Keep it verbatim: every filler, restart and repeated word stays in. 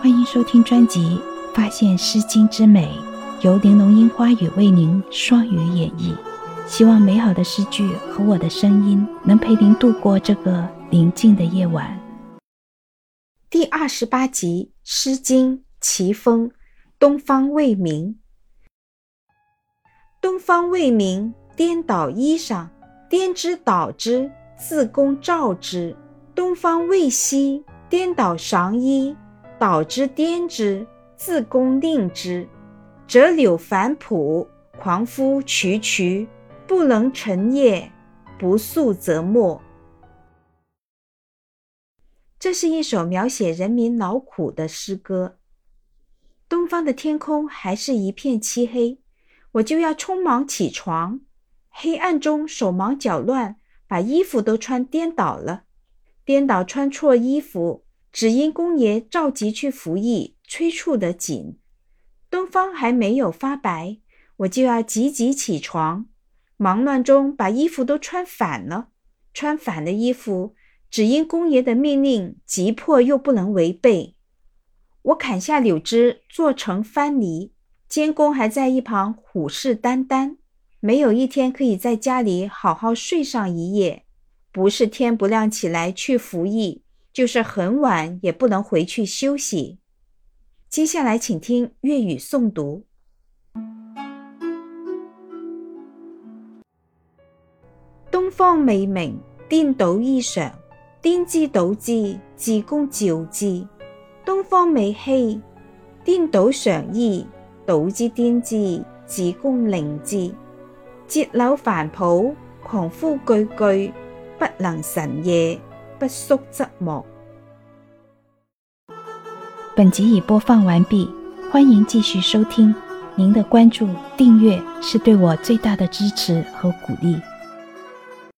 欢迎收听专辑《发现诗经之美》，由玲珑樱花雨为您双语演绎。希望美好的诗句和我的声音能陪您度过这个宁静的夜晚。 第二十八集《诗经·齐风·东方未明》。东方未明，颠倒衣裳，颠之倒之，自宫照之。东方未夕，颠倒裳衣，倒之颠之，自宫令之。折柳反璞，狂夫衢衢，不能成业，不速则没。这是一首描写人民劳苦的诗歌。东方的天空还是一片漆黑，我就要匆忙起床，黑暗中手忙脚乱，把衣服都穿颠倒了。颠倒穿错衣服，只因公爷召集去服役，催促得紧。东方还没有发白，我就要急急起床，忙乱中把衣服都穿反了。穿反的衣服，只因公爷的命令急迫又不能违背。我砍下柳枝做成藩篱，监工还在一旁虎视眈眈，没有一天可以在家里好好睡上一夜，不是天不亮起来去服役，就是很晚也不能回去休息。接下来请听粤语诵读。東方未明，顛倒衣裳，顛之倒之，自宮照之。東方未夕，顛倒裳衣，倒之顛之，自宮令之。折柳反璞，狂夫衢衢，不能成業，不速則沒。 本集已播放完毕，欢迎继续收听。您的关注、订阅是对我最大的支持和鼓励。